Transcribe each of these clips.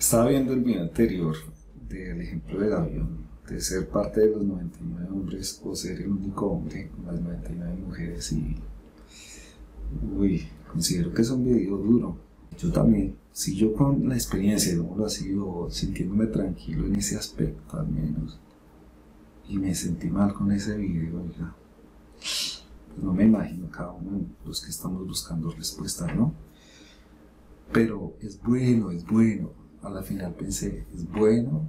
Estaba viendo el video anterior del ejemplo del avión, de ser parte de los 99 hombres o ser el único hombre con las 99 mujeres considero que es un video duro. Yo también, si yo con la experiencia, digámoslo así, o sintiéndome tranquilo en ese aspecto al menos, y me sentí mal con ese video, oiga, pues no me imagino cada uno de los que estamos buscando respuestas, ¿no? Pero es bueno, a la final pensé, es bueno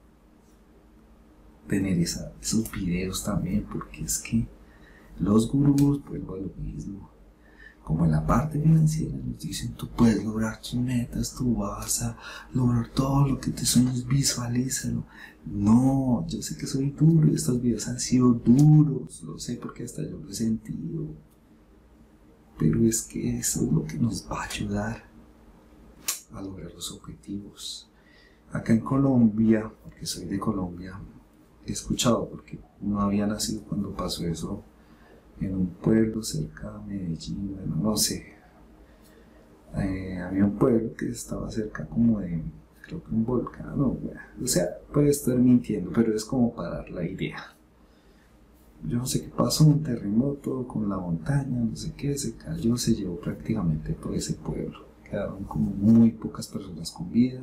tener esos videos también, porque es que los gurús, vuelvo a lo mismo, como en la parte financiera nos dicen, tú puedes lograr tus metas, tú vas a lograr todo lo que te sueñes, visualízalo. No, yo sé que soy duro y estos videos han sido duros, lo sé porque hasta yo lo he sentido, pero es que eso es lo que nos va a ayudar a lograr los objetivos. Acá en Colombia, porque soy de Colombia, he escuchado, porque no había nacido cuando pasó eso, en un pueblo cerca de Medellín, bueno, no sé, había un pueblo que estaba cerca como de, creo que un volcán, o sea, puede estar mintiendo, pero es como para dar la idea. Yo no sé qué pasó, un terremoto con la montaña, no sé qué, se cayó, se llevó prácticamente todo ese pueblo, quedaron como muy pocas personas con vida.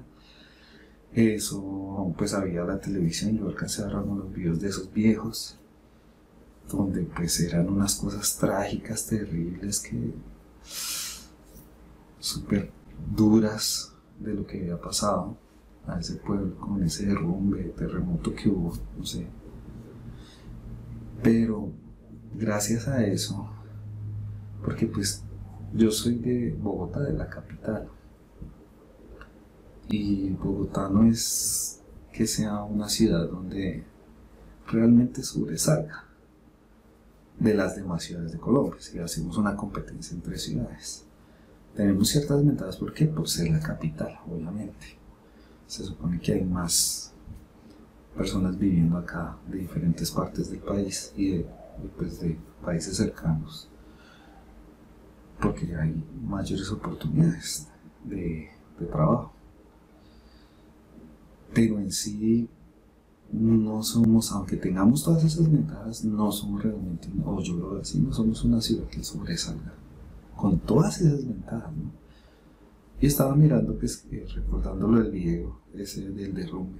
Eso, pues había la televisión, yo alcancé a ver algunos videos de esos viejos, donde pues eran unas cosas trágicas, terribles, que súper duras de lo que había pasado a ese pueblo con ese derrumbe, terremoto que hubo, no sé. Pero gracias a eso, porque pues yo soy de Bogotá, de la capital, y Bogotá no es que sea una ciudad donde realmente sobresalga de las demás ciudades de Colombia. Si hacemos una competencia entre ciudades, tenemos ciertas ventajas. ¿Por qué? Por ser la capital, obviamente. Se supone que hay más personas viviendo acá de diferentes partes del país y de países cercanos, porque hay mayores oportunidades de trabajo. Pero en sí no somos, aunque tengamos todas esas ventajas, no somos realmente, o yo lo veo así, no somos una ciudad que sobresalga con todas esas ventajas, ¿no? Y estaba mirando, pues, recordándolo del video ese del derrumbe,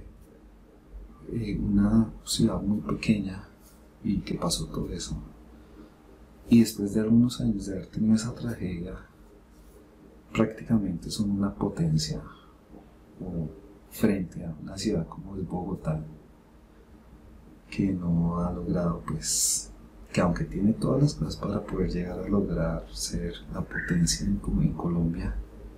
una ciudad muy pequeña y que pasó todo eso, y después de algunos años de haber tenido esa tragedia, prácticamente son una potencia frente a una ciudad como es Bogotá, que no ha logrado, pues, que aunque tiene todas las cosas para poder llegar a lograr ser la potencia como en Colombia,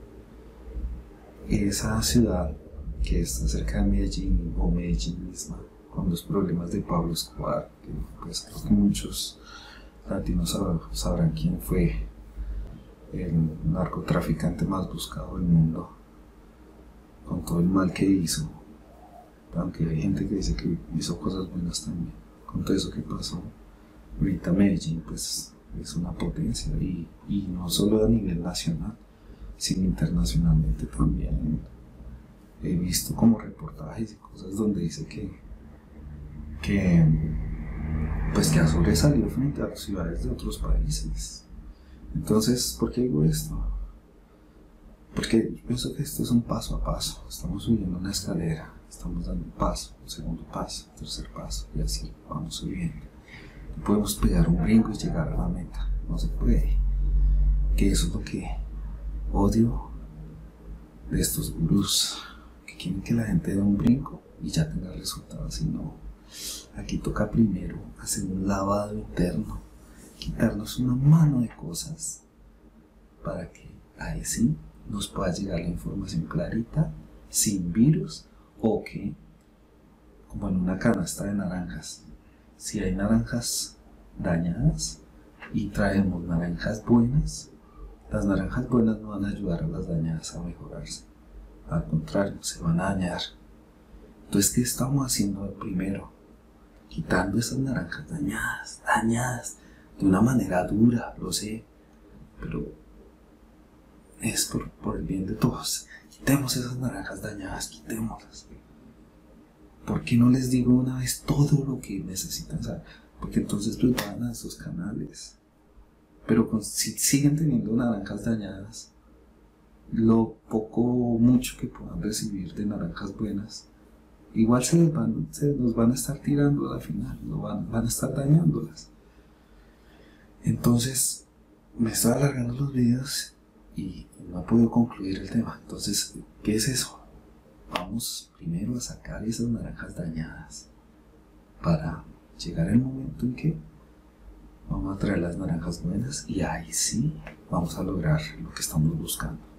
esa ciudad que está cerca de Medellín, o Medellín misma, con los problemas de Pablo Escobar, que pues creo que muchos latinos sabrán quién fue el narcotraficante más buscado del mundo, con todo el mal que hizo, aunque hay gente que dice que hizo cosas buenas también, con todo eso que pasó. Ahorita Medellín pues es una potencia, y no solo a nivel nacional, sino internacionalmente también. He visto como reportajes y cosas donde dice que ha sobresalido frente a las ciudades de otros países. Entonces, ¿por qué digo esto? Porque yo pienso que esto es un paso a paso. Estamos subiendo una escalera, estamos dando un paso, un segundo paso, un tercer paso, y así vamos subiendo. No podemos pegar un brinco y llegar a la meta, no se puede. Que eso es lo que odio de estos gurús, que quieren que la gente dé un brinco y ya tenga resultados. Y no, aquí toca primero hacer un lavado interno, quitarnos una mano de cosas para que ahí sí nos pueda llegar la información clarita, sin virus, o que, como en una canasta de naranjas, si hay naranjas dañadas y traemos naranjas buenas, las naranjas buenas no van a ayudar a las dañadas a mejorarse, al contrario, se van a dañar. Entonces, ¿qué estamos haciendo primero? Quitando esas naranjas dañadas, de una manera dura, lo sé, pero es por el bien de todos. quitemos esas naranjas dañadas, quitémoslas. ¿Por qué no les digo una vez todo lo que necesitan saber? Porque entonces pues van a esos canales. Pero si siguen teniendo naranjas dañadas, lo poco o mucho que puedan recibir de naranjas buenas, igual se nos van a estar tirando al final, van a estar dañándolas. Entonces, me estoy alargando los videos y no he podido concluir el tema. Entonces, ¿qué es eso? Vamos primero a sacar esas naranjas dañadas para llegar el momento en que vamos a traer las naranjas buenas y ahí sí vamos a lograr lo que estamos buscando.